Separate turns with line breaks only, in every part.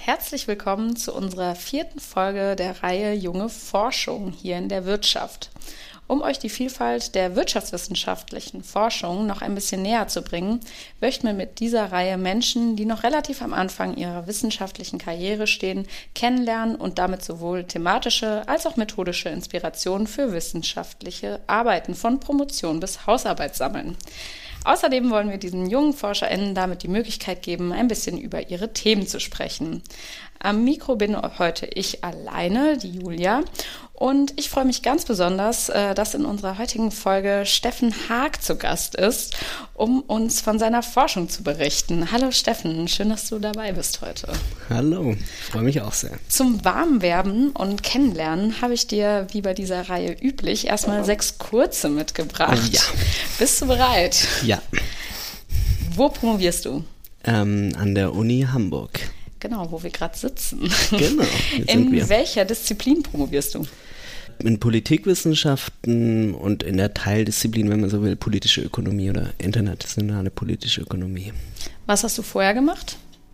Herzlich willkommen zu unserer 4. Folge der Reihe Junge Forschung hier in der Wirtschaft. Um euch die Vielfalt der wirtschaftswissenschaftlichen Forschung noch ein bisschen näher zu bringen, möchten wir mit dieser Reihe Menschen, die noch relativ am Anfang ihrer wissenschaftlichen Karriere stehen, kennenlernen und damit sowohl thematische als auch methodische Inspirationen für wissenschaftliche Arbeiten von Promotion bis Hausarbeit sammeln. Außerdem wollen wir diesen jungen ForscherInnen damit die Möglichkeit geben, ein bisschen über ihre Themen zu sprechen. Am Mikro bin heute ich alleine, die Julia, und ich freue mich ganz besonders, dass in unserer heutigen Folge Steffen Haag zu Gast ist, um uns von seiner Forschung zu berichten. Hallo Steffen, schön, dass du dabei bist heute.
Hallo, ich freue mich auch sehr.
Zum Warmwerden und Kennenlernen habe ich dir, wie bei dieser Reihe üblich, erstmal 6 kurze mitgebracht.
Ja.
Bist du bereit?
Ja.
Wo promovierst du?
An der Uni Hamburg.
Genau, wo wir gerade sitzen.
Genau,
In welcher Disziplin promovierst du?
In Politikwissenschaften und in der Teildisziplin, wenn man so will, politische Ökonomie oder internationale politische Ökonomie.
Was hast du vorher gemacht?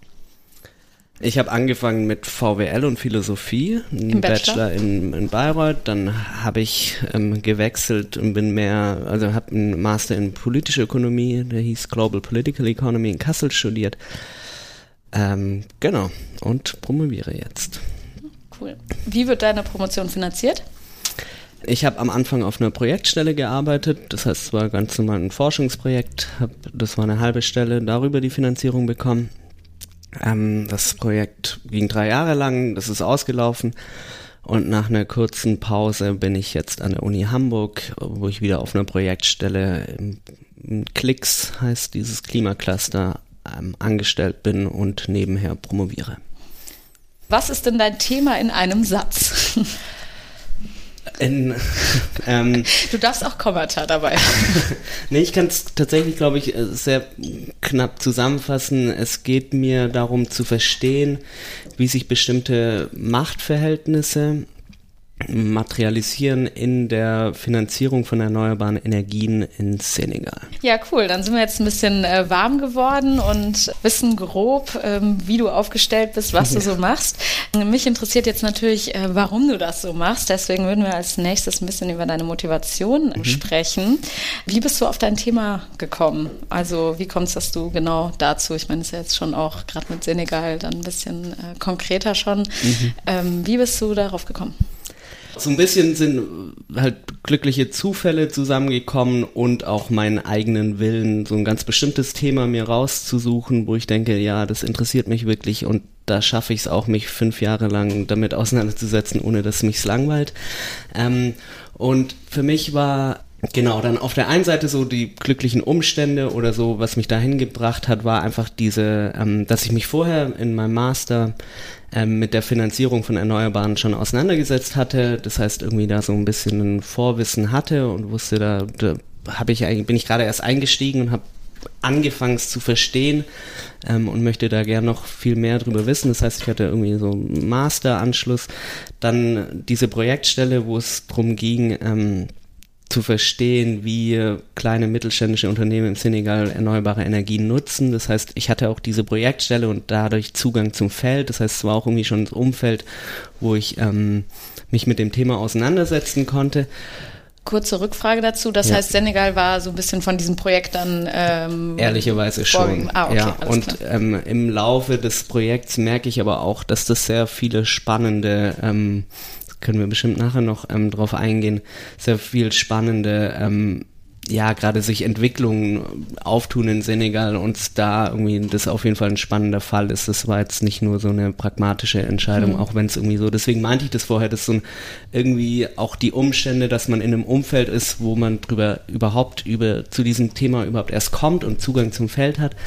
Ich habe angefangen mit VWL und Philosophie, einen Bachelor in Bayreuth, dann habe ich gewechselt und habe einen Master in politische Ökonomie, der hieß Global Political Economy, in Kassel studiert. Genau, und promoviere jetzt.
Cool. Wie wird deine Promotion finanziert?
Ich habe am Anfang auf einer Projektstelle gearbeitet, das heißt, es war ganz normal ein Forschungsprojekt, das war eine halbe Stelle, darüber die Finanzierung bekommen. Das Projekt ging 3 Jahre lang, das ist ausgelaufen und nach einer kurzen Pause bin ich jetzt an der Uni Hamburg, wo ich wieder auf einer Projektstelle im KLIX, heißt dieses Klimacluster, angestellt bin und nebenher promoviere.
Was ist denn dein Thema in einem Satz? Du darfst auch Kommata dabei.
Nee, ich kann es tatsächlich, glaube ich, sehr knapp zusammenfassen. Es geht mir darum zu verstehen, wie sich bestimmte Machtverhältnisse materialisieren in der Finanzierung von erneuerbaren Energien in Senegal.
Ja, cool. Dann sind wir jetzt ein bisschen warm geworden und wissen grob, wie du aufgestellt bist, was du so machst. Mich interessiert jetzt natürlich, warum du das so machst. Deswegen würden wir als nächstes ein bisschen über deine Motivation sprechen. Wie bist du auf dein Thema gekommen? Also wie kommt es, dass du genau dazu, ich meine, das ist ja jetzt schon auch gerade mit Senegal dann ein bisschen konkreter schon. Wie bist du darauf gekommen?
So ein bisschen sind halt glückliche Zufälle zusammengekommen und auch meinen eigenen Willen, so ein ganz bestimmtes Thema mir rauszusuchen, wo ich denke, ja, das interessiert mich wirklich und da schaffe ich es auch, mich 5 Jahre lang damit auseinanderzusetzen, ohne dass es mich langweilt. Und für mich war genau dann auf der einen Seite so die glücklichen Umstände oder so, was mich dahin gebracht hat, war einfach dass ich mich vorher in meinem Master mit der Finanzierung von Erneuerbaren schon auseinandergesetzt hatte. Das heißt, irgendwie da so ein bisschen ein Vorwissen hatte und wusste, da bin ich gerade erst eingestiegen und habe angefangen es zu verstehen und möchte da gern noch viel mehr drüber wissen. Das heißt, ich hatte irgendwie so einen Masteranschluss, dann diese Projektstelle, wo es darum ging, zu verstehen, wie kleine mittelständische Unternehmen im Senegal erneuerbare Energien nutzen. Das heißt, ich hatte auch diese Projektstelle und dadurch Zugang zum Feld. Das heißt, es war auch irgendwie schon das Umfeld, wo ich mich mit dem Thema auseinandersetzen konnte.
Kurze Rückfrage dazu. Das heißt, Senegal war so ein bisschen von diesem Projekt dann
ehrlicherweise schon.
Okay,
ja.
Alles
und
klar.
Im Laufe des Projekts merke ich aber auch, dass das sehr viele spannende können wir bestimmt nachher noch drauf eingehen, sehr viel spannende, gerade sich Entwicklungen auftun in Senegal und da irgendwie das auf jeden Fall ein spannender Fall ist. Das war jetzt nicht nur so eine pragmatische Entscheidung, auch wenn es irgendwie so, deswegen meinte ich das vorher, dass so irgendwie auch die Umstände, dass man in einem Umfeld ist, wo man zu diesem Thema überhaupt erst kommt und Zugang zum Feld hat,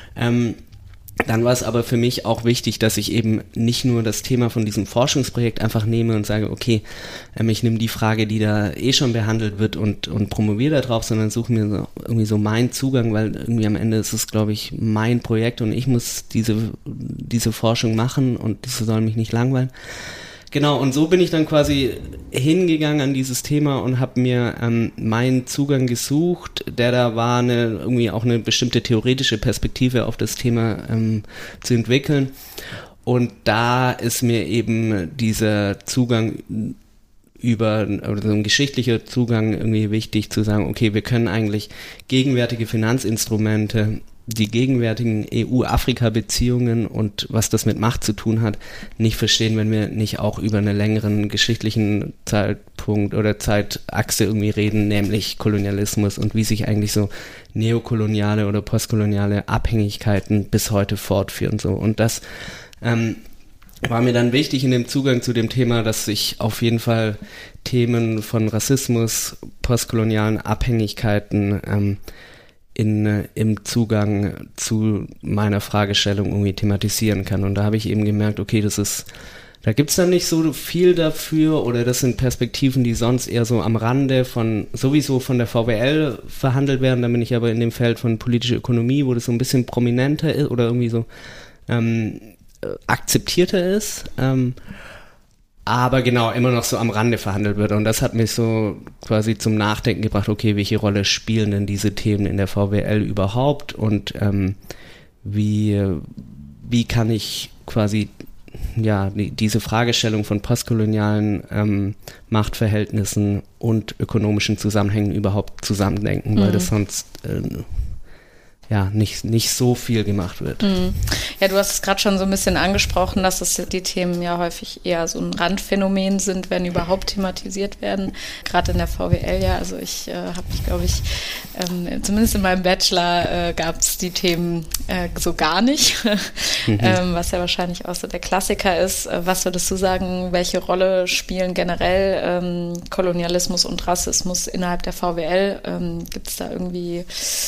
dann war es aber für mich auch wichtig, dass ich eben nicht nur das Thema von diesem Forschungsprojekt einfach nehme und sage, okay, ich nehme die Frage, die da schon behandelt wird und promoviere da drauf, sondern suche mir irgendwie so meinen Zugang, weil irgendwie am Ende ist es, glaube ich, mein Projekt und ich muss diese Forschung machen und das soll mich nicht langweilen. Genau, und so bin ich dann quasi hingegangen an dieses Thema und habe mir meinen Zugang gesucht, der da war, irgendwie auch eine bestimmte theoretische Perspektive auf das Thema zu entwickeln. Und da ist mir eben dieser Zugang oder so ein geschichtlicher Zugang irgendwie wichtig zu sagen, okay, wir können eigentlich gegenwärtige Finanzinstrumente, die gegenwärtigen EU-Afrika-Beziehungen und was das mit Macht zu tun hat, nicht verstehen, wenn wir nicht auch über einen längeren geschichtlichen Zeitpunkt oder Zeitachse irgendwie reden, nämlich Kolonialismus und wie sich eigentlich so neokoloniale oder postkoloniale Abhängigkeiten bis heute fortführen. So. Und das war mir dann wichtig in dem Zugang zu dem Thema, dass sich auf jeden Fall Themen von Rassismus, postkolonialen Abhängigkeiten im Zugang zu meiner Fragestellung irgendwie thematisieren kann. Und da habe ich eben gemerkt, okay, da gibt's dann nicht so viel dafür oder das sind Perspektiven, die sonst eher so am Rande sowieso von der VWL verhandelt werden. Da bin ich aber in dem Feld von politischer Ökonomie, wo das so ein bisschen prominenter ist oder irgendwie so akzeptierter ist, aber genau immer noch so am Rande verhandelt wird. Und das hat mich so quasi zum Nachdenken gebracht, okay, welche Rolle spielen denn diese Themen in der VWL überhaupt und wie kann ich quasi diese Fragestellung von postkolonialen Machtverhältnissen und ökonomischen Zusammenhängen überhaupt zusammendenken, weil das sonst nicht so viel gemacht wird.
Ja, du hast es gerade schon so ein bisschen angesprochen, dass die Themen ja häufig eher so ein Randphänomen sind, wenn überhaupt thematisiert werden. Gerade in der VWL, ja. Also ich habe mich, glaube ich, zumindest in meinem Bachelor gab es die Themen so gar nicht, was ja wahrscheinlich auch so der Klassiker ist. Was würdest du sagen, welche Rolle spielen generell Kolonialismus und Rassismus innerhalb der VWL? Gibt es da irgendwie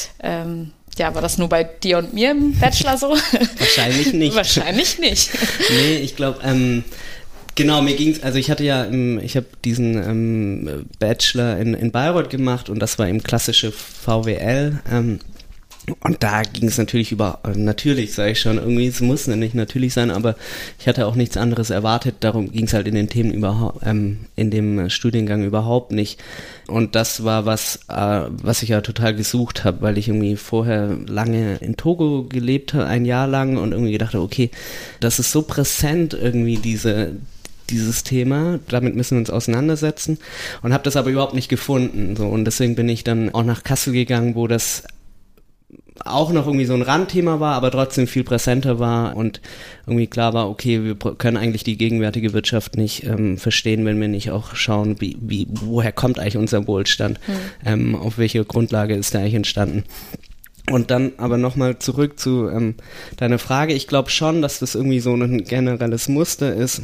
war das nur bei dir und mir im Bachelor so?
Wahrscheinlich nicht.
Wahrscheinlich nicht.
Nee, ich glaube, genau, mir ging's, also ich habe diesen Bachelor in Bayreuth gemacht und das war eben klassische VWL, und da ging es natürlich natürlich sage ich schon, irgendwie, es muss nicht natürlich sein, aber ich hatte auch nichts anderes erwartet, darum ging es halt in den Themen in dem Studiengang überhaupt nicht. Und das war was ich ja total gesucht habe, weil ich irgendwie vorher lange in Togo gelebt habe, ein Jahr lang und irgendwie gedacht habe, okay, das ist so präsent irgendwie dieses Thema, damit müssen wir uns auseinandersetzen und habe das aber überhaupt nicht gefunden. So. Und deswegen bin ich dann auch nach Kassel gegangen, wo das auch noch irgendwie so ein Randthema war, aber trotzdem viel präsenter war und irgendwie klar war, okay, wir können eigentlich die gegenwärtige Wirtschaft nicht verstehen, wenn wir nicht auch schauen, woher kommt eigentlich unser Wohlstand, auf welche Grundlage ist der eigentlich entstanden. Und dann aber nochmal zurück zu deiner Frage. Ich glaube schon, dass das irgendwie so ein generelles Muster ist,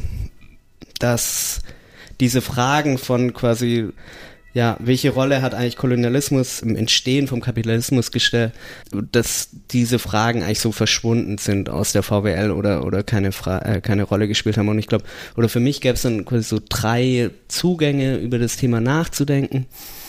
dass diese Fragen von quasi welche Rolle hat eigentlich Kolonialismus im Entstehen vom Kapitalismus gestellt, dass diese Fragen eigentlich so verschwunden sind aus der VWL oder keine Rolle gespielt haben. Und ich glaube, oder für mich gäbe es dann quasi so 3 Zugänge, über das Thema nachzudenken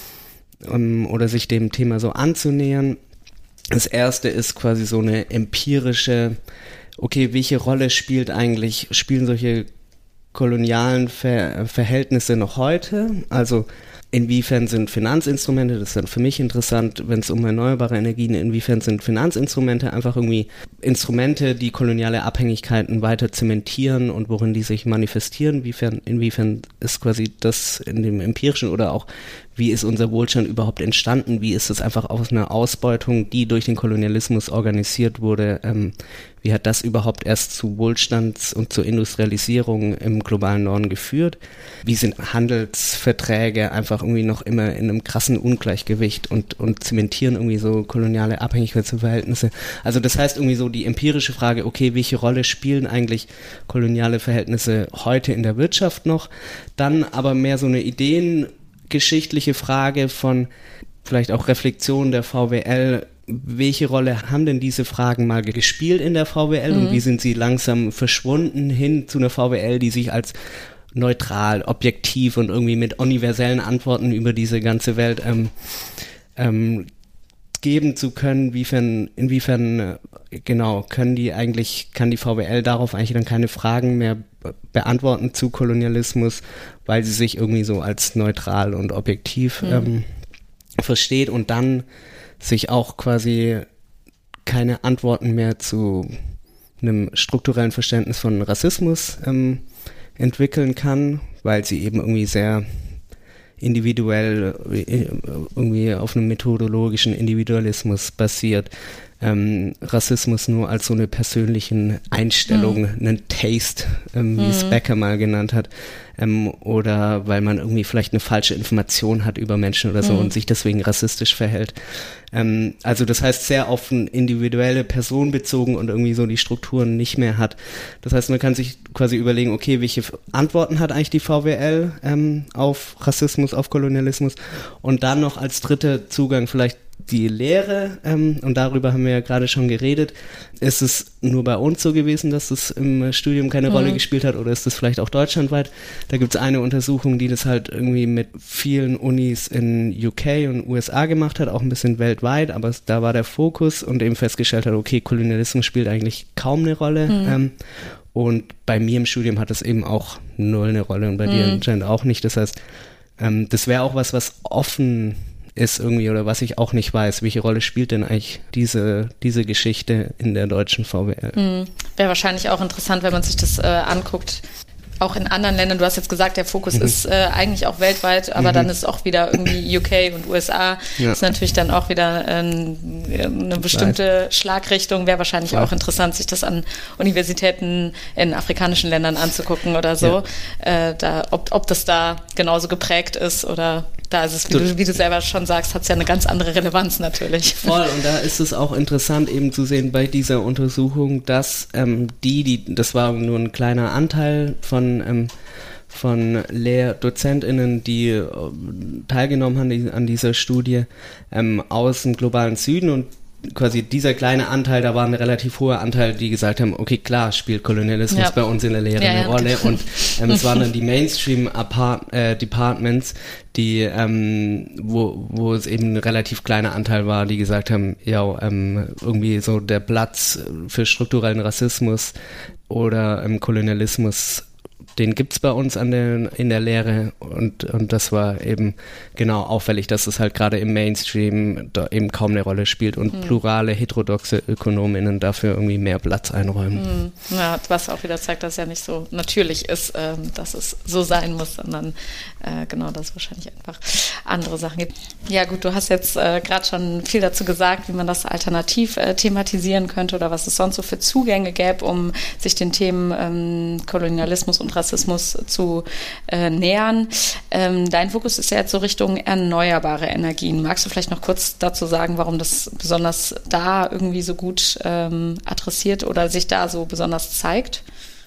oder sich dem Thema so anzunähern. Das erste ist quasi so eine empirische, okay, welche Rolle spielen solche kolonialen Verhältnisse noch heute? Also inwiefern sind Finanzinstrumente, das ist dann für mich interessant, wenn es um erneuerbare Energien, inwiefern sind Finanzinstrumente einfach irgendwie Instrumente, die koloniale Abhängigkeiten weiter zementieren und worin die sich manifestieren, inwiefern ist quasi das in dem empirischen oder auch wie ist unser Wohlstand überhaupt entstanden, wie ist es einfach aus einer Ausbeutung, die durch den Kolonialismus organisiert wurde, wie hat das überhaupt erst zu Wohlstands- und zur Industrialisierung im globalen Norden geführt? Wie sind Handelsverträge einfach irgendwie noch immer in einem krassen Ungleichgewicht und zementieren irgendwie so koloniale Abhängigkeitsverhältnisse? Also das heißt irgendwie so die empirische Frage, okay, welche Rolle spielen eigentlich koloniale Verhältnisse heute in der Wirtschaft noch? Dann aber mehr so eine ideengeschichtliche Frage von vielleicht auch Reflexion der VWL. Welche Rolle haben denn diese Fragen mal gespielt in der VWL und wie sind sie langsam verschwunden hin zu einer VWL, die sich als neutral, objektiv und irgendwie mit universellen Antworten über diese ganze Welt geben zu können? Inwiefern kann die VWL darauf eigentlich dann keine Fragen mehr beantworten zu Kolonialismus, weil sie sich irgendwie so als neutral und objektiv versteht und dann sich auch quasi keine Antworten mehr zu einem strukturellen Verständnis von Rassismus entwickeln kann, weil sie eben irgendwie sehr individuell, irgendwie auf einem methodologischen Individualismus basiert. Rassismus nur als so eine persönlichen Einstellung, einen Taste, wie es Becker mal genannt hat, oder weil man irgendwie vielleicht eine falsche Information hat über Menschen oder so und sich deswegen rassistisch verhält. Also das heißt sehr auf eine individuelle Person bezogen und irgendwie so die Strukturen nicht mehr hat. Das heißt, man kann sich quasi überlegen, okay, welche Antworten hat eigentlich die VWL auf Rassismus, auf Kolonialismus, und dann noch als dritter Zugang vielleicht die Lehre, und darüber haben wir ja gerade schon geredet. Ist es nur bei uns so gewesen, dass es im Studium keine Rolle gespielt hat, oder ist es vielleicht auch deutschlandweit? Da gibt es eine Untersuchung, die das halt irgendwie mit vielen Unis in UK und USA gemacht hat, auch ein bisschen weltweit, aber da war der Fokus und eben festgestellt hat, okay, Kolonialismus spielt eigentlich kaum eine Rolle. Und bei mir im Studium hat es eben auch null eine Rolle und bei dir anscheinend auch nicht. Das heißt, das wäre auch was offen ist irgendwie, oder was ich auch nicht weiß, welche Rolle spielt denn eigentlich diese Geschichte in der deutschen VWL?
Wäre wahrscheinlich auch interessant, wenn man sich das anguckt, auch in anderen Ländern. Du hast jetzt gesagt, der Fokus ist eigentlich auch weltweit, aber dann ist auch wieder irgendwie UK und USA. Ja. Ist natürlich dann auch wieder eine bestimmte Schlagrichtung. Wäre wahrscheinlich auch interessant, sich das an Universitäten in afrikanischen Ländern anzugucken oder so. Ja. Ob das da genauso geprägt ist oder da ist es, wie du selber schon sagst, hat es ja eine ganz andere Relevanz natürlich. Voll,
und da ist es auch interessant eben zu sehen bei dieser Untersuchung, dass das war nur ein kleiner Anteil von LehrdozentInnen, die teilgenommen haben an dieser Studie aus dem globalen Süden, und quasi dieser kleine Anteil, da war ein relativ hoher Anteil, die gesagt haben, okay, klar, spielt Kolonialismus bei uns in der Lehre eine Rolle, und es waren dann die Mainstream-Departments, die, wo es eben ein relativ kleiner Anteil war, die gesagt haben, ja, irgendwie so der Platz für strukturellen Rassismus oder Kolonialismus, den gibt's bei uns in der Lehre, und das war eben genau auffällig, dass es halt gerade im Mainstream da eben kaum eine Rolle spielt und plurale, heterodoxe ÖkonomInnen dafür irgendwie mehr Platz einräumen.
Ja, was auch wieder zeigt, dass es ja nicht so natürlich ist, dass es so sein muss, sondern genau, dass es wahrscheinlich einfach andere Sachen gibt. Ja gut, du hast jetzt gerade schon viel dazu gesagt, wie man das alternativ thematisieren könnte oder was es sonst so für Zugänge gäbe, um sich den Themen Kolonialismus und Rassismus zu nähern. Dein Fokus ist ja jetzt so Richtung erneuerbare Energien. Magst du vielleicht noch kurz dazu sagen, warum das besonders da irgendwie so gut adressiert oder sich da so besonders zeigt?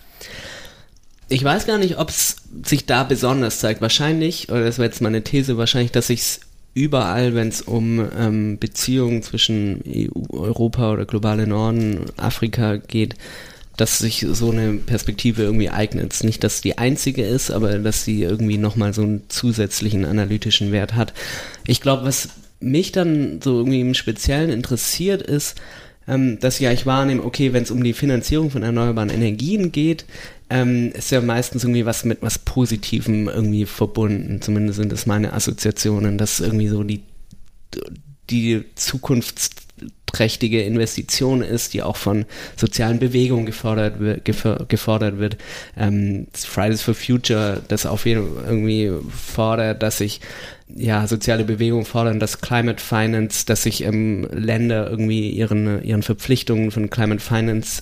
Ich weiß gar nicht, ob es sich da besonders zeigt. Wahrscheinlich, oder das wäre jetzt meine These, wahrscheinlich, dass sich es überall, wenn es um Beziehungen zwischen EU, Europa oder globale Norden, Afrika geht, dass sich so eine Perspektive irgendwie eignet. Nicht, dass die einzige ist, aber dass sie irgendwie nochmal so einen zusätzlichen analytischen Wert hat. Ich glaube, was mich dann so irgendwie im Speziellen interessiert, ist, dass ich eigentlich wahrnehme, okay, wenn es um die Finanzierung von erneuerbaren Energien geht, ist ja meistens irgendwie was mit was Positivem irgendwie verbunden. Zumindest sind das meine Assoziationen, dass irgendwie so die zukunftsträchtige Investition ist, die auch von sozialen Bewegungen gefordert wird. Fridays for Future, das auf jeden Fall irgendwie fordert, dass sich soziale Bewegungen fordern, dass Climate Finance, dass sich Länder irgendwie ihren Verpflichtungen von Climate Finance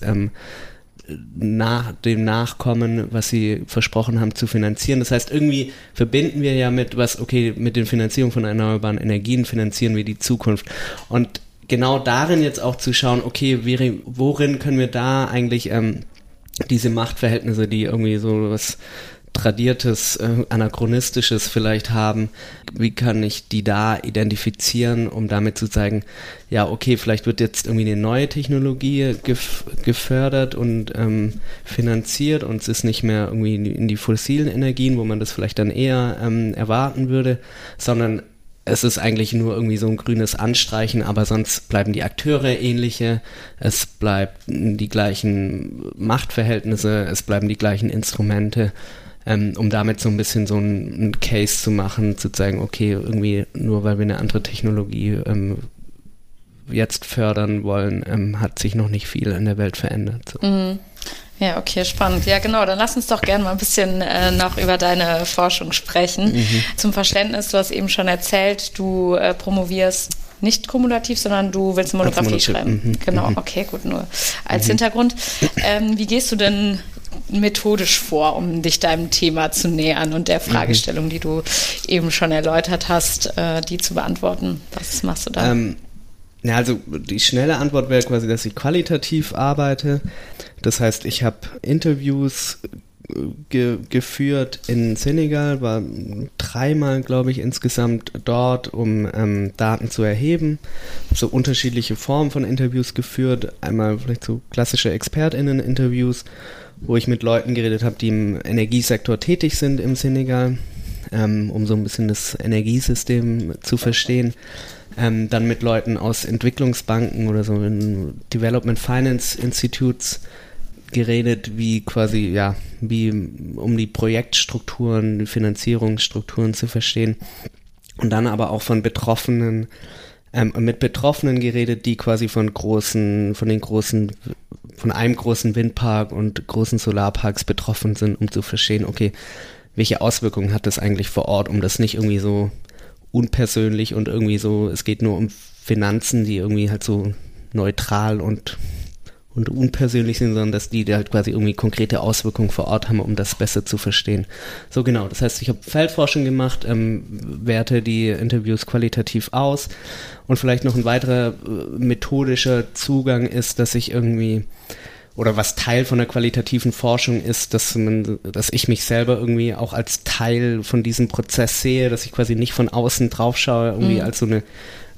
nach dem Nachkommen, was sie versprochen haben zu finanzieren. Das heißt, irgendwie verbinden wir ja mit den Finanzierungen von erneuerbaren Energien finanzieren wir die Zukunft. Und genau darin jetzt auch zu schauen, okay, worin können wir da eigentlich diese Machtverhältnisse, die irgendwie so was Tradiertes, Anachronistisches vielleicht haben, wie kann ich die da identifizieren, um damit zu zeigen, ja, okay, vielleicht wird jetzt irgendwie eine neue Technologie gefördert und finanziert und es ist nicht mehr irgendwie in die fossilen Energien, wo man das vielleicht dann eher erwarten würde, sondern es ist eigentlich nur irgendwie so ein grünes Anstreichen, aber sonst bleiben die Akteure ähnliche, es bleiben die gleichen Machtverhältnisse, es bleiben die gleichen Instrumente, um damit so ein bisschen so einen Case zu machen, zu zeigen, okay, irgendwie nur weil wir eine andere Technologie jetzt fördern wollen, hat sich noch nicht viel in der Welt verändert. So.
Mhm. Ja, okay, spannend. Ja, genau. Dann lass uns doch gerne mal ein bisschen noch über deine Forschung sprechen. Zum Verständnis, du hast eben schon erzählt, du promovierst nicht kumulativ, sondern du willst Monographie schreiben. Genau, okay, gut, nur als Hintergrund. Wie gehst du denn methodisch vor, um dich deinem Thema zu nähern und der Fragestellung, die du eben schon erläutert hast, die zu beantworten? Was machst du da?
Ja, also die schnelle Antwort wäre quasi, dass ich qualitativ arbeite. Das heißt, ich habe Interviews geführt in Senegal, war 3-mal, glaube ich, insgesamt dort, um Daten zu erheben. So unterschiedliche Formen von Interviews geführt. Einmal vielleicht so klassische ExpertInnen-Interviews, wo ich mit Leuten geredet habe, die im Energiesektor tätig sind im Senegal, um so ein bisschen das Energiesystem zu verstehen. Dann mit Leuten aus Entwicklungsbanken oder so in Development Finance Institutes geredet, wie um die Projektstrukturen, die Finanzierungsstrukturen zu verstehen. Und dann aber auch mit Betroffenen geredet, die quasi von einem großen Windpark und großen Solarparks betroffen sind, um zu verstehen, okay, welche Auswirkungen hat das eigentlich vor Ort, um das nicht irgendwie so unpersönlich und irgendwie so, es geht nur um Finanzen, die irgendwie halt so neutral und unpersönlich sind, sondern dass die halt quasi irgendwie konkrete Auswirkungen vor Ort haben, um das besser zu verstehen. So genau, das heißt, ich habe Feldforschung gemacht, werte die Interviews qualitativ aus und vielleicht noch ein weiterer methodischer Zugang ist, dass ich irgendwie oder was Teil von der qualitativen Forschung ist, dass ich mich selber irgendwie auch als Teil von diesem Prozess sehe, dass ich quasi nicht von außen drauf schaue, irgendwie als so eine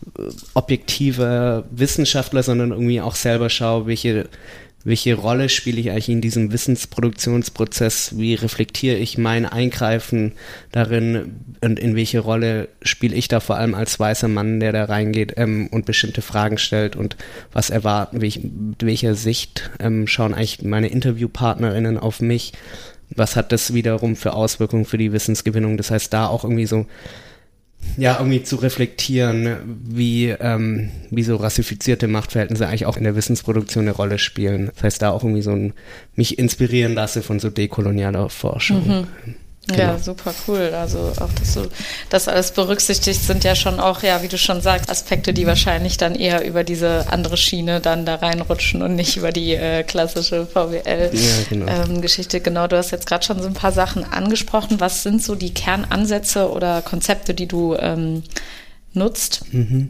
objektive Wissenschaftler, sondern irgendwie auch selber schaue, welche Rolle spiele ich eigentlich in diesem Wissensproduktionsprozess, wie reflektiere ich mein Eingreifen darin und in welche Rolle spiele ich da vor allem als weißer Mann, der da reingeht und bestimmte Fragen stellt und was erwarten, mit welcher Sicht schauen eigentlich meine Interviewpartnerinnen auf mich, was hat das wiederum für Auswirkungen für die Wissensgewinnung, das heißt da auch irgendwie so irgendwie zu reflektieren, wie so rassifizierte Machtverhältnisse eigentlich auch in der Wissensproduktion eine Rolle spielen. Das heißt, da auch irgendwie mich inspirieren lasse von so dekolonialer Forschung. Genau.
Ja, super cool. Also auch, dass du das alles berücksichtigt, sind ja schon auch, ja, wie du schon sagst, Aspekte, die wahrscheinlich dann eher über diese andere Schiene dann da reinrutschen und nicht über die klassische VWL-Geschichte. Genau, du hast jetzt gerade schon so ein paar Sachen angesprochen. Was sind so die Kernansätze oder Konzepte, die du nutzt?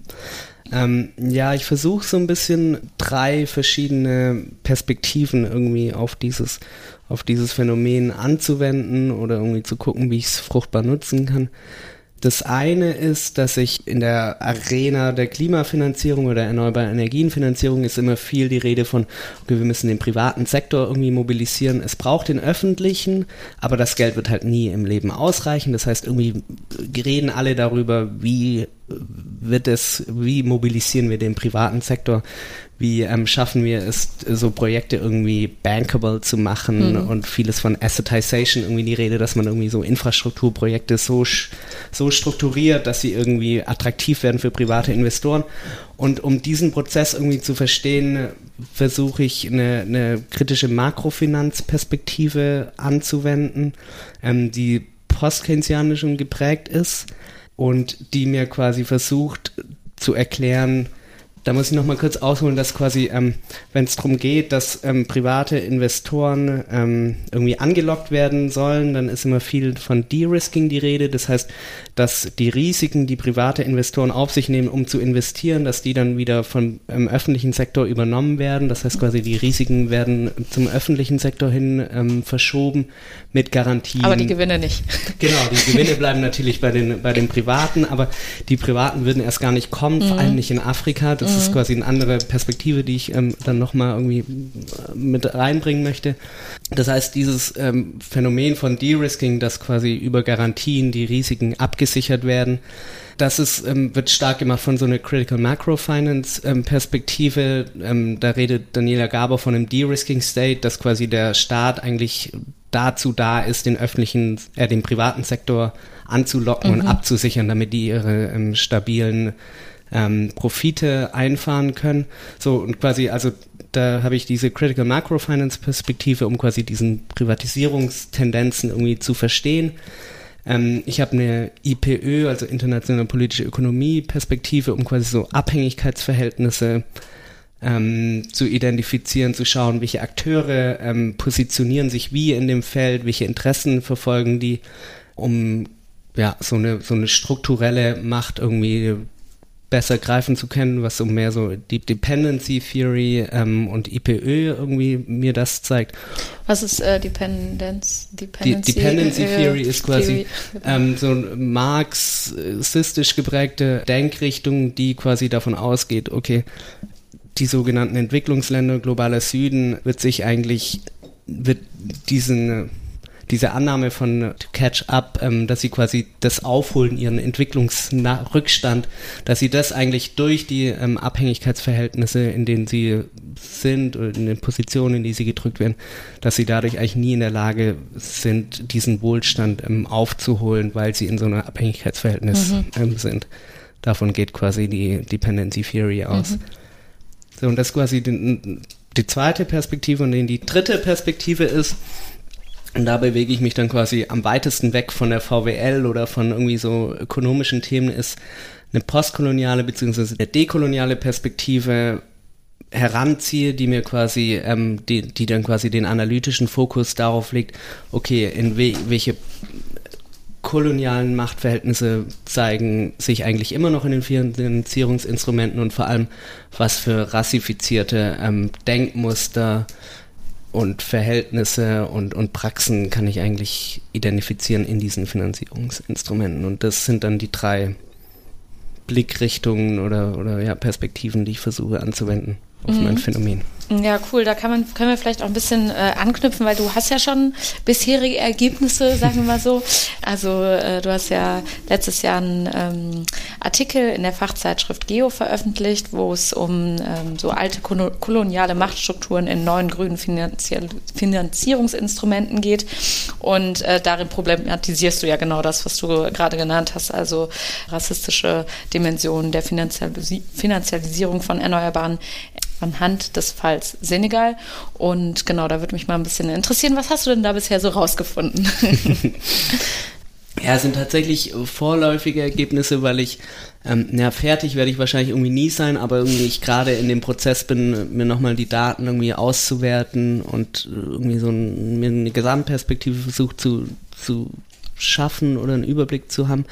Ich versuche so ein bisschen 3 verschiedene Perspektiven irgendwie auf dieses Phänomen anzuwenden oder irgendwie zu gucken, wie ich es fruchtbar nutzen kann. Das eine ist, dass ich in der Arena der Klimafinanzierung oder erneuerbaren Energienfinanzierung ist immer viel die Rede von, okay, wir müssen den privaten Sektor irgendwie mobilisieren. Es braucht den öffentlichen, aber das Geld wird halt nie im Leben ausreichen. Das heißt, irgendwie reden alle darüber, wie mobilisieren wir den privaten Sektor, wie schaffen wir es, so Projekte irgendwie bankable zu machen und vieles von Assetization irgendwie die Rede, dass man irgendwie so Infrastrukturprojekte so strukturiert, dass sie irgendwie attraktiv werden für private Investoren. Und um diesen Prozess irgendwie zu verstehen, versuche ich eine kritische Makrofinanzperspektive anzuwenden, die post-keynesianisch geprägt ist und die mir quasi versucht zu erklären, da muss ich noch mal kurz ausholen, dass quasi, wenn es darum geht, dass private Investoren irgendwie angelockt werden sollen, dann ist immer viel von De-Risking die Rede. Das heißt, dass die Risiken, die private Investoren auf sich nehmen, um zu investieren, dass die dann wieder vom öffentlichen Sektor übernommen werden. Das heißt quasi, die Risiken werden zum öffentlichen Sektor hin verschoben mit Garantien.
Aber die Gewinne nicht.
Genau, die Gewinne bleiben natürlich bei den Privaten, aber die Privaten würden erst gar nicht kommen, vor allem nicht in Afrika. Das ist quasi eine andere Perspektive, die ich dann nochmal irgendwie mit reinbringen möchte. Das heißt, dieses Phänomen von De-Risking, dass quasi über Garantien die Risiken abgesichert werden, das wird stark gemacht von so einer Critical Macrofinance Perspektive. Da redet Daniela Gabor von einem De-Risking State, dass quasi der Staat eigentlich dazu da ist, den privaten Sektor anzulocken und abzusichern, damit die ihre stabilen Profite einfahren können. So, und quasi, also da habe ich diese Critical Macrofinance Perspektive, um quasi diesen Privatisierungstendenzen irgendwie zu verstehen. Ich habe eine IPÖ, also internationale politische Ökonomie Perspektive, um quasi so Abhängigkeitsverhältnisse zu identifizieren, zu schauen, welche Akteure positionieren sich wie in dem Feld, welche Interessen verfolgen die, um ja so eine strukturelle Macht irgendwie besser greifen zu können, was so mehr so die Dependency Theory und IPÖ irgendwie mir das zeigt.
Was ist Dependency?
Die Dependency Theory ist quasi so eine marxistisch geprägte Denkrichtung, die quasi davon ausgeht, okay, die sogenannten Entwicklungsländer, globaler Süden, wird diese Annahme von to catch up, dass sie quasi das aufholen, ihren Entwicklungsrückstand, dass sie das eigentlich durch die Abhängigkeitsverhältnisse, in denen sie sind, oder in den Positionen, in die sie gedrückt werden, dass sie dadurch eigentlich nie in der Lage sind, diesen Wohlstand aufzuholen, weil sie in so einer Abhängigkeitsverhältnis sind. Davon geht quasi die Dependency Theory aus. So, und das ist quasi die zweite Perspektive, und die dritte Perspektive ist, und da bewege ich mich dann quasi am weitesten weg von der VWL oder von irgendwie so ökonomischen Themen, ist eine postkoloniale bzw. eine dekoloniale Perspektive heranziehe, die mir quasi, die dann quasi den analytischen Fokus darauf legt, okay, in welche kolonialen Machtverhältnisse zeigen sich eigentlich immer noch in den Finanzierungsinstrumenten und vor allem, was für rassifizierte Denkmuster und Verhältnisse und Praxen kann ich eigentlich identifizieren in diesen Finanzierungsinstrumenten. Und das sind dann die drei Blickrichtungen oder ja, Perspektiven, die ich versuche anzuwenden auf mein Phänomen.
Ja, cool. Da können wir vielleicht auch ein bisschen anknüpfen, weil du hast ja schon bisherige Ergebnisse, sagen wir mal so. Also du hast ja letztes Jahr einen Artikel in der Fachzeitschrift Geo veröffentlicht, wo es um so alte koloniale Machtstrukturen in neuen grünen Finanzierungsinstrumenten geht. Und darin problematisierst du ja genau das, was du gerade genannt hast, also rassistische Dimensionen der Finanzialisierung von Erneuerbaren anhand des Falls Senegal. Und genau, da würde mich mal ein bisschen interessieren, was hast du denn da bisher so rausgefunden?
Ja, es sind tatsächlich vorläufige Ergebnisse, weil ich, fertig werde ich wahrscheinlich irgendwie nie sein, aber irgendwie ich gerade in dem Prozess bin, mir nochmal die Daten irgendwie auszuwerten und irgendwie mir eine Gesamtperspektive versucht zu schaffen oder einen Überblick zu haben.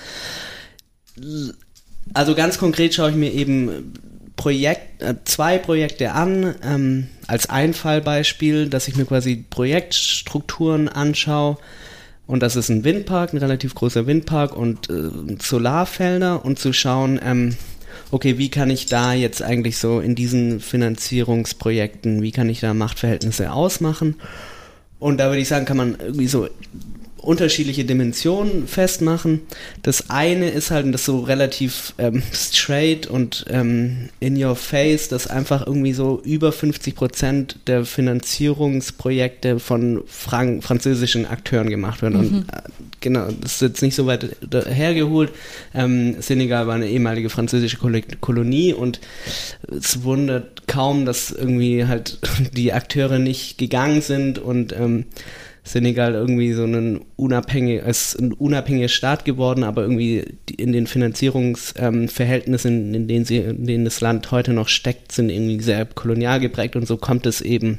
Also ganz konkret schaue ich mir eben zwei Projekte an, als Einfallbeispiel, dass ich mir quasi Projektstrukturen anschaue, und das ist ein Windpark, ein relativ großer Windpark und Solarfelder, und zu schauen, okay, wie kann ich da jetzt eigentlich so in diesen Finanzierungsprojekten, wie kann ich da Machtverhältnisse ausmachen? Und da würde ich sagen, kann man irgendwie so unterschiedliche Dimensionen festmachen. Das eine ist halt, das so relativ straight und in your face, dass einfach irgendwie so über 50% der Finanzierungsprojekte von französischen Akteuren gemacht werden. Und genau, das ist jetzt nicht so weit hergeholt. Senegal war eine ehemalige französische Kolonie, und es wundert kaum, dass irgendwie halt die Akteure nicht gegangen sind und Senegal irgendwie so ein unabhängiger Staat geworden, aber irgendwie in den Finanzierungsverhältnissen, in denen das Land heute noch steckt, sind irgendwie sehr kolonial geprägt, und so kommt es eben,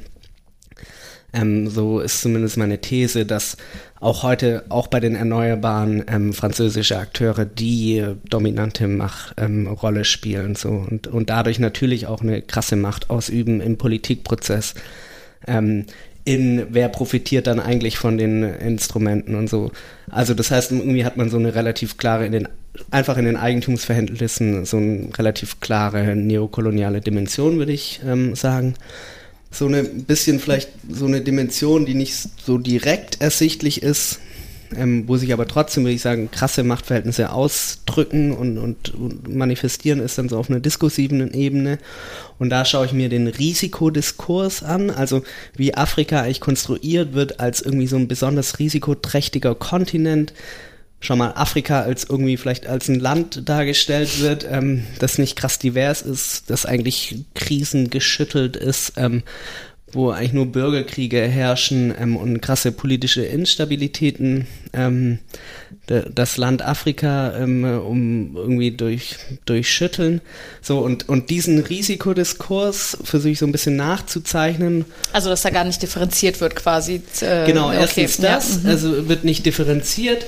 so ist zumindest meine These, dass auch heute, auch bei den Erneuerbaren, französische Akteure die dominante Rolle spielen, so, und dadurch natürlich auch eine krasse Macht ausüben im Politikprozess, wer profitiert dann eigentlich von den Instrumenten und so. Also das heißt, irgendwie hat man so eine relativ klare, einfach in den Eigentumsverhältnissen so eine relativ klare neokoloniale Dimension, würde ich sagen. So eine bisschen vielleicht so eine Dimension, die nicht so direkt ersichtlich ist, wo sich aber trotzdem, würde ich sagen, krasse Machtverhältnisse ausdrücken und manifestieren, ist dann so auf einer diskursiven Ebene. Und da schaue ich mir den Risikodiskurs an, also wie Afrika eigentlich konstruiert wird als irgendwie so ein besonders risikoträchtiger Kontinent. schon mal Afrika als irgendwie vielleicht als ein Land dargestellt wird, das nicht krass divers ist, das eigentlich krisengeschüttelt ist, wo eigentlich nur Bürgerkriege herrschen und krasse politische Instabilitäten, das Land Afrika irgendwie durchschütteln. So, und diesen Risikodiskurs versuche ich so ein bisschen nachzuzeichnen.
Also, dass da gar nicht differenziert wird quasi.
Genau, erstens das, also wird nicht differenziert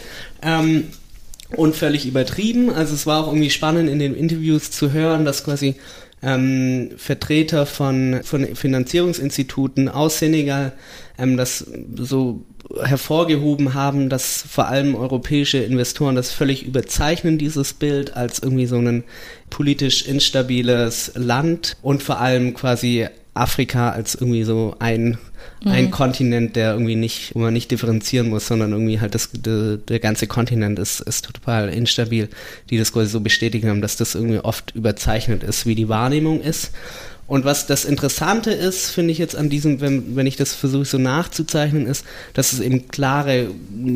und völlig übertrieben. Also es war auch irgendwie spannend in den Interviews zu hören, dass quasi Vertreter von Finanzierungsinstituten aus Senegal das so hervorgehoben haben, dass vor allem europäische Investoren das völlig überzeichnen, dieses Bild, als irgendwie so ein politisch instabiles Land und vor allem quasi Afrika als irgendwie so ein Kontinent, der irgendwie nicht, wo man nicht differenzieren muss, sondern irgendwie halt der ganze Kontinent ist total instabil, die das quasi so bestätigen haben, dass das irgendwie oft überzeichnet ist, wie die Wahrnehmung ist. Und was das Interessante ist, finde ich jetzt an diesem, wenn ich das versuche so nachzuzeichnen, ist, dass es eben klare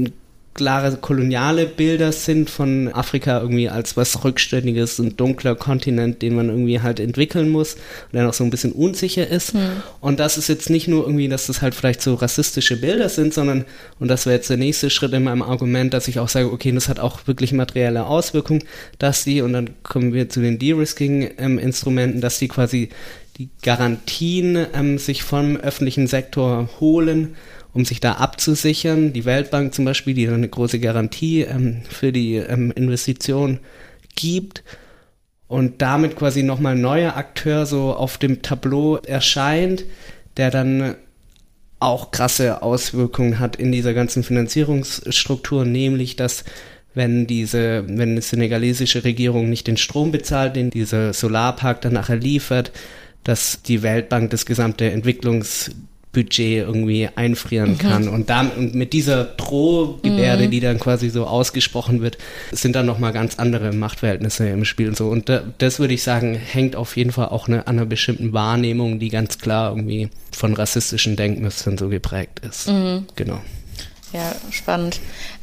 koloniale Bilder sind von Afrika irgendwie als was Rückständiges, ein dunkler Kontinent, den man irgendwie halt entwickeln muss und der noch so ein bisschen unsicher ist. Und das ist jetzt nicht nur irgendwie, dass das halt vielleicht so rassistische Bilder sind, sondern, und das wäre jetzt der nächste Schritt in meinem Argument, dass ich auch sage, okay, das hat auch wirklich materielle Auswirkungen, dass die, und dann kommen wir zu den De-Risking-Instrumenten, dass die quasi die Garantien sich vom öffentlichen Sektor holen, um sich da abzusichern. Die Weltbank zum Beispiel, die dann eine große Garantie für die Investition gibt und damit quasi nochmal ein neuer Akteur so auf dem Tableau erscheint, der dann auch krasse Auswirkungen hat in dieser ganzen Finanzierungsstruktur, nämlich dass wenn die senegalesische Regierung nicht den Strom bezahlt, den dieser Solarpark dann nachher liefert, dass die Weltbank das gesamte Entwicklungsbudget irgendwie einfrieren kann. Und mit dieser Drohgebärde, die dann quasi so ausgesprochen wird, sind dann nochmal ganz andere Machtverhältnisse im Spiel und so. Und das würde ich sagen, hängt auf jeden Fall auch an einer bestimmten Wahrnehmung, die ganz klar irgendwie von rassistischen Denkmustern so geprägt ist. Genau.
Ja, spannend.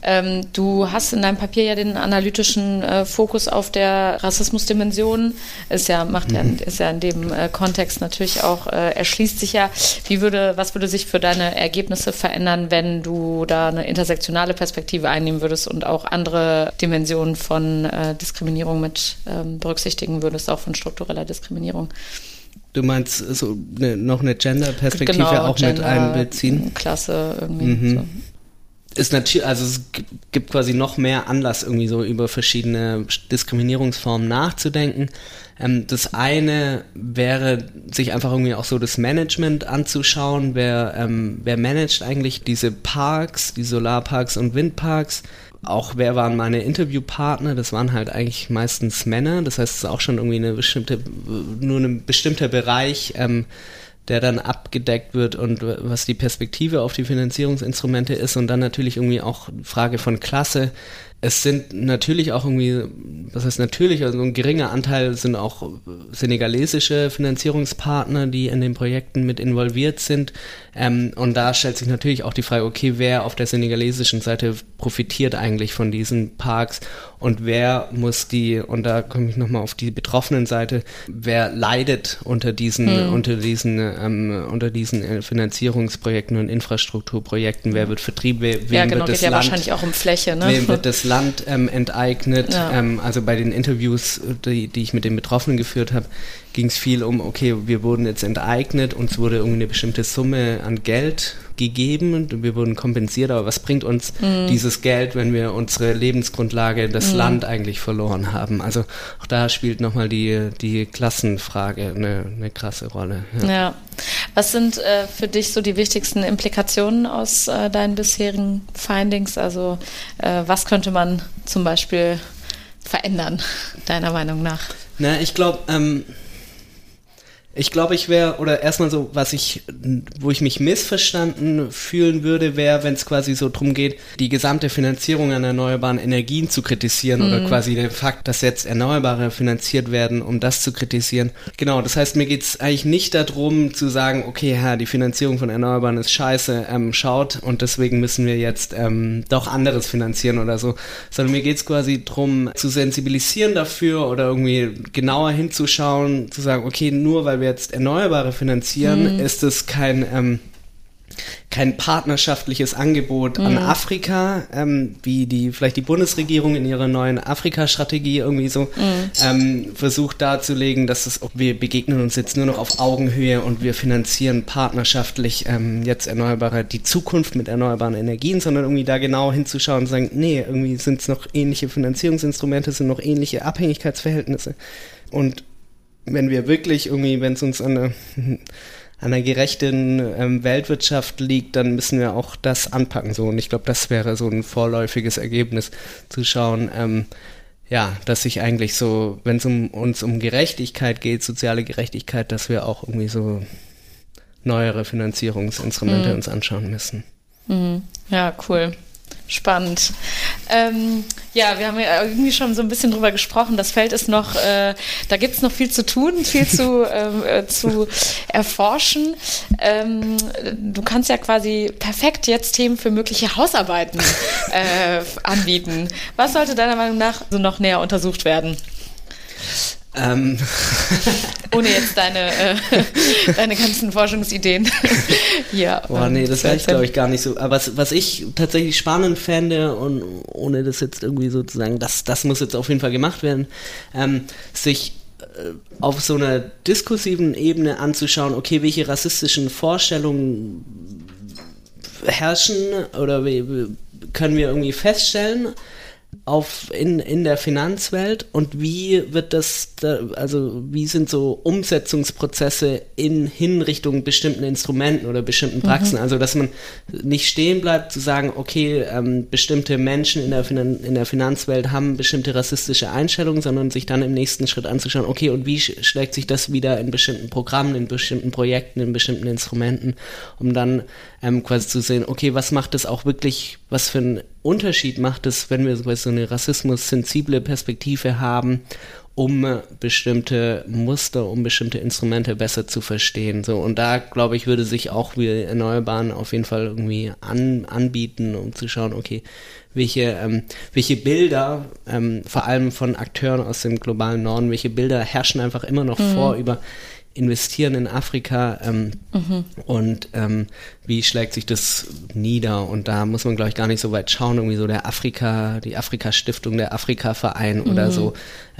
Du hast in deinem Papier ja den analytischen Fokus auf der Rassismusdimension. Ist ja in dem Kontext natürlich auch, erschließt sich ja. Was würde sich für deine Ergebnisse verändern, wenn du da eine intersektionale Perspektive einnehmen würdest und auch andere Dimensionen von Diskriminierung mit berücksichtigen würdest, auch von struktureller Diskriminierung?
Du meinst so noch eine Gender-Perspektive auch Gender, mit einbeziehen?
Klasse irgendwie so.
Ist natürlich, also es gibt quasi noch mehr Anlass, irgendwie so über verschiedene Diskriminierungsformen nachzudenken. Das eine wäre, sich einfach irgendwie auch so das Management anzuschauen. Wer managt eigentlich diese Parks, die Solarparks und Windparks? Auch wer waren meine Interviewpartner? Das waren halt eigentlich meistens Männer. Das heißt, es ist auch schon irgendwie nur ein bestimmter Bereich, der dann abgedeckt wird und was die Perspektive auf die Finanzierungsinstrumente ist und dann natürlich irgendwie auch Frage von Klasse. Es sind natürlich auch irgendwie, was heißt natürlich, also ein geringer Anteil sind auch senegalesische Finanzierungspartner, die in den Projekten mit involviert sind. Und da stellt sich natürlich auch die Frage, okay, wer auf der senegalesischen Seite profitiert eigentlich von diesen Parks und wer muss und da komme ich nochmal auf die betroffenen Seite, wer leidet unter diesen Finanzierungsprojekten und Infrastrukturprojekten, wer wird vertrieben, wem wird das
geht ja
Land,
wahrscheinlich auch um Fläche, ne?
Wem wird das Land enteignet? Ja. Also bei den Interviews, die ich mit den Betroffenen geführt habe, ging es viel um, okay, wir wurden jetzt enteignet, uns wurde irgendwie eine bestimmte Summe an Geld gegeben und wir wurden kompensiert, aber was bringt uns dieses Geld, wenn wir unsere Lebensgrundlage, das Land eigentlich verloren haben? Also auch da spielt nochmal die Klassenfrage eine krasse Rolle.
Ja. Was sind für dich so die wichtigsten Implikationen aus deinen bisherigen Findings? Also was könnte man zum Beispiel verändern, deiner Meinung nach?
Na, ich glaube, Ich glaube, oder erstmal so, wo ich mich missverstanden fühlen würde, wäre, wenn es quasi so drum geht, die gesamte Finanzierung an erneuerbaren Energien zu kritisieren oder quasi den Fakt, dass jetzt Erneuerbare finanziert werden, um das zu kritisieren. Genau, das heißt, mir geht's eigentlich nicht darum zu sagen, okay, die Finanzierung von Erneuerbaren ist scheiße, schaut und deswegen müssen wir jetzt doch anderes finanzieren oder so, sondern mir geht's quasi drum, zu sensibilisieren dafür oder irgendwie genauer hinzuschauen, zu sagen, okay, nur weil wir jetzt Erneuerbare finanzieren, ist es kein partnerschaftliches Angebot an Afrika, wie vielleicht die Bundesregierung in ihrer neuen Afrika-Strategie irgendwie so versucht darzulegen, dass wir begegnen uns jetzt nur noch auf Augenhöhe und wir finanzieren partnerschaftlich jetzt die Zukunft mit erneuerbaren Energien, sondern irgendwie da genau hinzuschauen und sagen, nee, irgendwie sind es noch ähnliche Finanzierungsinstrumente, sind noch ähnliche Abhängigkeitsverhältnisse und wenn wir wirklich irgendwie, wenn es uns an einer gerechten Weltwirtschaft liegt, dann müssen wir auch das anpacken. So. Und ich glaube, das wäre so ein vorläufiges Ergebnis, zu schauen, dass sich eigentlich so, wenn es uns um Gerechtigkeit geht, soziale Gerechtigkeit, dass wir auch irgendwie so neuere Finanzierungsinstrumente uns anschauen müssen.
Ja, cool. Spannend. Wir haben ja irgendwie schon so ein bisschen drüber gesprochen. Das Feld ist noch, da gibt es noch viel zu tun, viel zu erforschen. Du kannst ja quasi perfekt jetzt Themen für mögliche Hausarbeiten anbieten. Was sollte deiner Meinung nach so noch näher untersucht werden? Ohne jetzt deine ganzen Forschungsideen hier.
Boah, nee, das reicht, glaube ich, gar nicht so. Aber was ich tatsächlich spannend fände, und ohne das jetzt irgendwie sozusagen, das muss jetzt auf jeden Fall gemacht werden, sich auf so einer diskursiven Ebene anzuschauen, okay, welche rassistischen Vorstellungen herrschen oder können wir irgendwie feststellen in der Finanzwelt und wie wird wie sind so Umsetzungsprozesse hin Richtung bestimmten Instrumenten oder bestimmten Praxen, also dass man nicht stehen bleibt zu sagen, okay, bestimmte Menschen in der Finanzwelt haben bestimmte rassistische Einstellungen, sondern sich dann im nächsten Schritt anzuschauen, okay, und wie schlägt sich das wieder in bestimmten Programmen, in bestimmten Projekten, in bestimmten Instrumenten, um dann quasi zu sehen, okay, was macht das auch wirklich, was für einen Unterschied macht es, wenn wir so eine rassismus-sensible Perspektive haben, um bestimmte Muster, um bestimmte Instrumente besser zu verstehen. So, und da, glaube ich, würde sich auch wie Erneuerbaren auf jeden Fall irgendwie anbieten, um zu schauen, okay, welche Bilder, vor allem von Akteuren aus dem globalen Norden, welche Bilder herrschen einfach immer noch vor über investieren in Afrika und wie schlägt sich das nieder, und da muss man, glaube ich, gar nicht so weit schauen, irgendwie so die Afrika-Stiftung, der Afrika-Verein oder so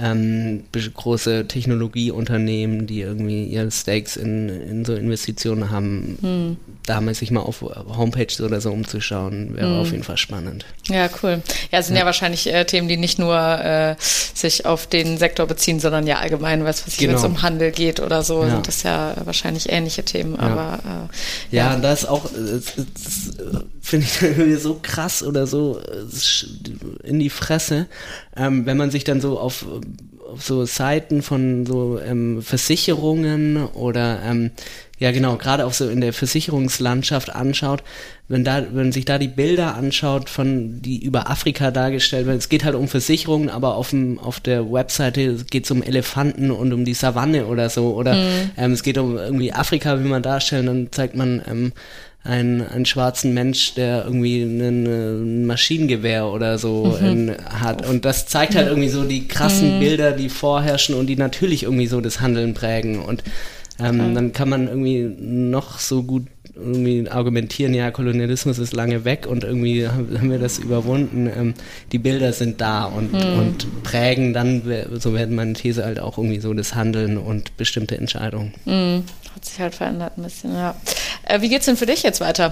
große Technologieunternehmen, die irgendwie ihre Stakes in so Investitionen haben, da mal sich mal auf Homepages oder so umzuschauen, wäre auf jeden Fall spannend.
Ja, cool. Ja, es sind ja wahrscheinlich Themen, die nicht nur sich auf den Sektor beziehen, sondern ja allgemein, wenn es um Handel geht oder so, sind das ja wahrscheinlich ähnliche Themen, aber
und das ist auch, das finde ich irgendwie so krass oder so in die Fresse, wenn man sich dann so auf so Seiten von so Versicherungen oder gerade auch so in der Versicherungslandschaft anschaut, wenn sich da die Bilder anschaut, die über Afrika dargestellt werden, es geht halt um Versicherungen, aber auf der Webseite geht es um Elefanten und um die Savanne oder so, oder es geht um irgendwie Afrika, wie man darstellt, dann zeigt man einen schwarzen Mensch, der irgendwie ein Maschinengewehr oder so hat. Und das zeigt halt irgendwie so die krassen Bilder, die vorherrschen und die natürlich irgendwie so das Handeln prägen. Und dann kann man irgendwie noch so gut irgendwie argumentieren, ja, Kolonialismus ist lange weg und irgendwie haben wir das überwunden. Die Bilder sind da und prägen dann, so werden meine These halt auch irgendwie so das Handeln und bestimmte Entscheidungen.
Hat sich halt verändert ein bisschen, ja. Wie geht's denn für dich jetzt weiter?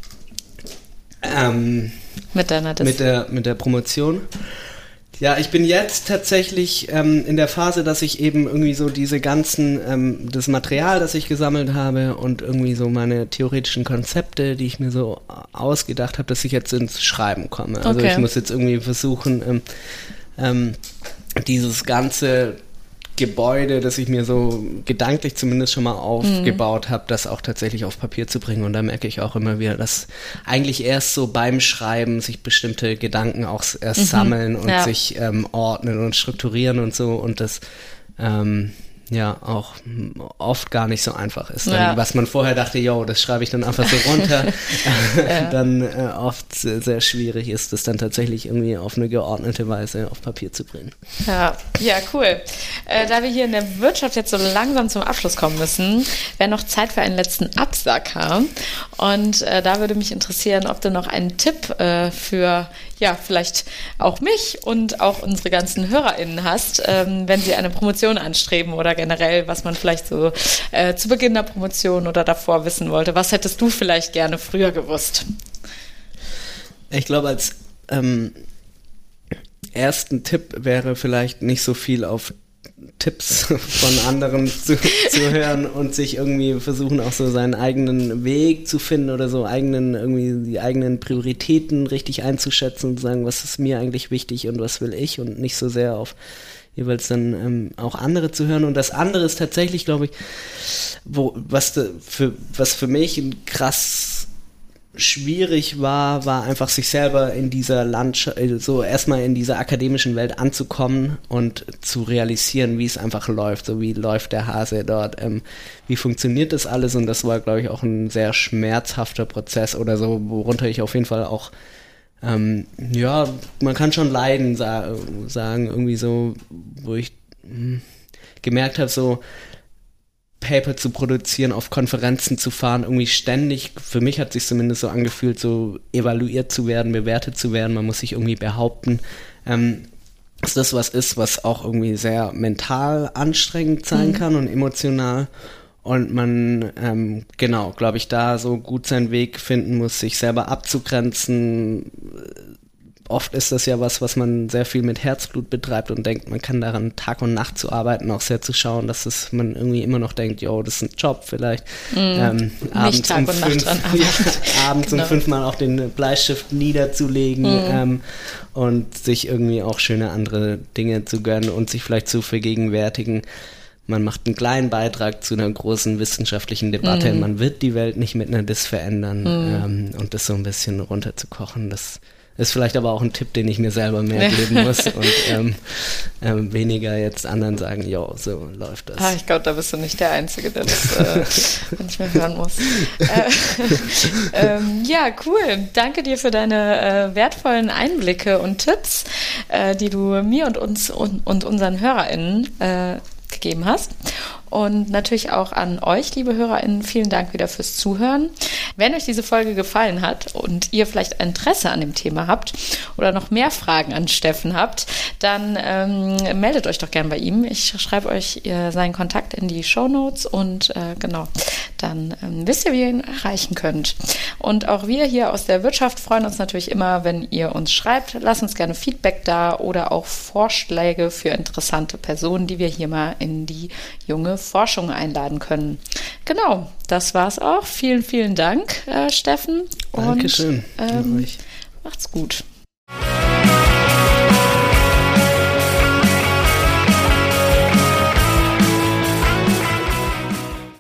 Mit deiner
mit der Promotion. Ja, ich bin jetzt tatsächlich in der Phase, dass ich eben irgendwie so diese ganzen, das Material, das ich gesammelt habe und irgendwie so meine theoretischen Konzepte, die ich mir so ausgedacht habe, dass ich jetzt ins Schreiben komme. Also ich muss jetzt irgendwie versuchen, dieses ganze Gebäude, das ich mir so gedanklich zumindest schon mal aufgebaut habe, das auch tatsächlich auf Papier zu bringen. Und da merke ich auch immer wieder, dass eigentlich erst so beim Schreiben sich bestimmte Gedanken auch erst sammeln und sich ordnen und strukturieren und so. Und das auch oft gar nicht so einfach ist. Dann, was man vorher dachte, das schreibe ich dann einfach so runter, dann oft sehr, sehr schwierig ist, das dann tatsächlich irgendwie auf eine geordnete Weise auf Papier zu bringen.
Ja, cool. Da wir hier in der Wirtschaft jetzt so langsam zum Abschluss kommen müssen, wäre noch Zeit für einen letzten Absacker. Und da würde mich interessieren, ob du noch einen Tipp für vielleicht auch mich und auch unsere ganzen HörerInnen hast, wenn sie eine Promotion anstreben oder generell, was man vielleicht so zu Beginn der Promotion oder davor wissen wollte. Was hättest du vielleicht gerne früher gewusst?
Ich glaube, als ersten Tipp wäre vielleicht nicht so viel auf Tipps von anderen zu hören und sich irgendwie versuchen, auch so seinen eigenen Weg zu finden oder so die eigenen Prioritäten richtig einzuschätzen und sagen, was ist mir eigentlich wichtig und was will ich, und nicht so sehr auf jeweils dann auch andere zu hören. Und das andere ist tatsächlich, glaube ich, was für mich ein krass schwierig war einfach sich selber in dieser Landschaft, so erstmal in dieser akademischen Welt anzukommen und zu realisieren, wie es einfach läuft, so wie läuft der Hase dort, wie funktioniert das alles, und das war, glaube ich, auch ein sehr schmerzhafter Prozess oder so, worunter ich auf jeden Fall auch, man kann schon leiden sagen, irgendwie so, wo ich gemerkt habe, so Paper zu produzieren, auf Konferenzen zu fahren, irgendwie ständig, für mich hat es sich zumindest so angefühlt, so evaluiert zu werden, bewertet zu werden, man muss sich irgendwie behaupten, dass das was ist, was auch irgendwie sehr mental anstrengend sein kann und emotional, und man, glaube ich, da so gut seinen Weg finden muss, sich selber abzugrenzen. Oft ist das ja was man sehr viel mit Herzblut betreibt und denkt, man kann daran Tag und Nacht zu arbeiten, auch sehr zu schauen, dass man irgendwie immer noch denkt, das ist ein Job vielleicht. Abends
Tag und Nacht dran
abends um 5 Mal auch den Bleistift niederzulegen und sich irgendwie auch schöne andere Dinge zu gönnen und sich vielleicht zu vergegenwärtigen, man macht einen kleinen Beitrag zu einer großen wissenschaftlichen Debatte, man wird die Welt nicht mit einer Diss verändern, und das so ein bisschen runterzukochen, das ist vielleicht aber auch ein Tipp, den ich mir selber mehr geben muss und weniger jetzt anderen sagen, so läuft das.
Ich glaube, da bist du nicht der Einzige, der das manchmal hören muss. Cool. Danke dir für deine wertvollen Einblicke und Tipps, die du mir und uns und unseren HörerInnen gegeben hast. Und natürlich auch an euch, liebe HörerInnen, vielen Dank wieder fürs Zuhören. Wenn euch diese Folge gefallen hat und ihr vielleicht Interesse an dem Thema habt oder noch mehr Fragen an Steffen habt, dann meldet euch doch gern bei ihm. Ich schreibe euch seinen Kontakt in die Shownotes und dann wisst ihr, wie ihr ihn erreichen könnt. Und auch wir hier aus der Wirtschaft freuen uns natürlich immer, wenn ihr uns schreibt. Lasst uns gerne Feedback da oder auch Vorschläge für interessante Personen, die wir hier mal in die junge Forschung einladen können. Genau, das war's auch. Vielen, vielen Dank, Steffen.
Dankeschön.
Und macht's gut.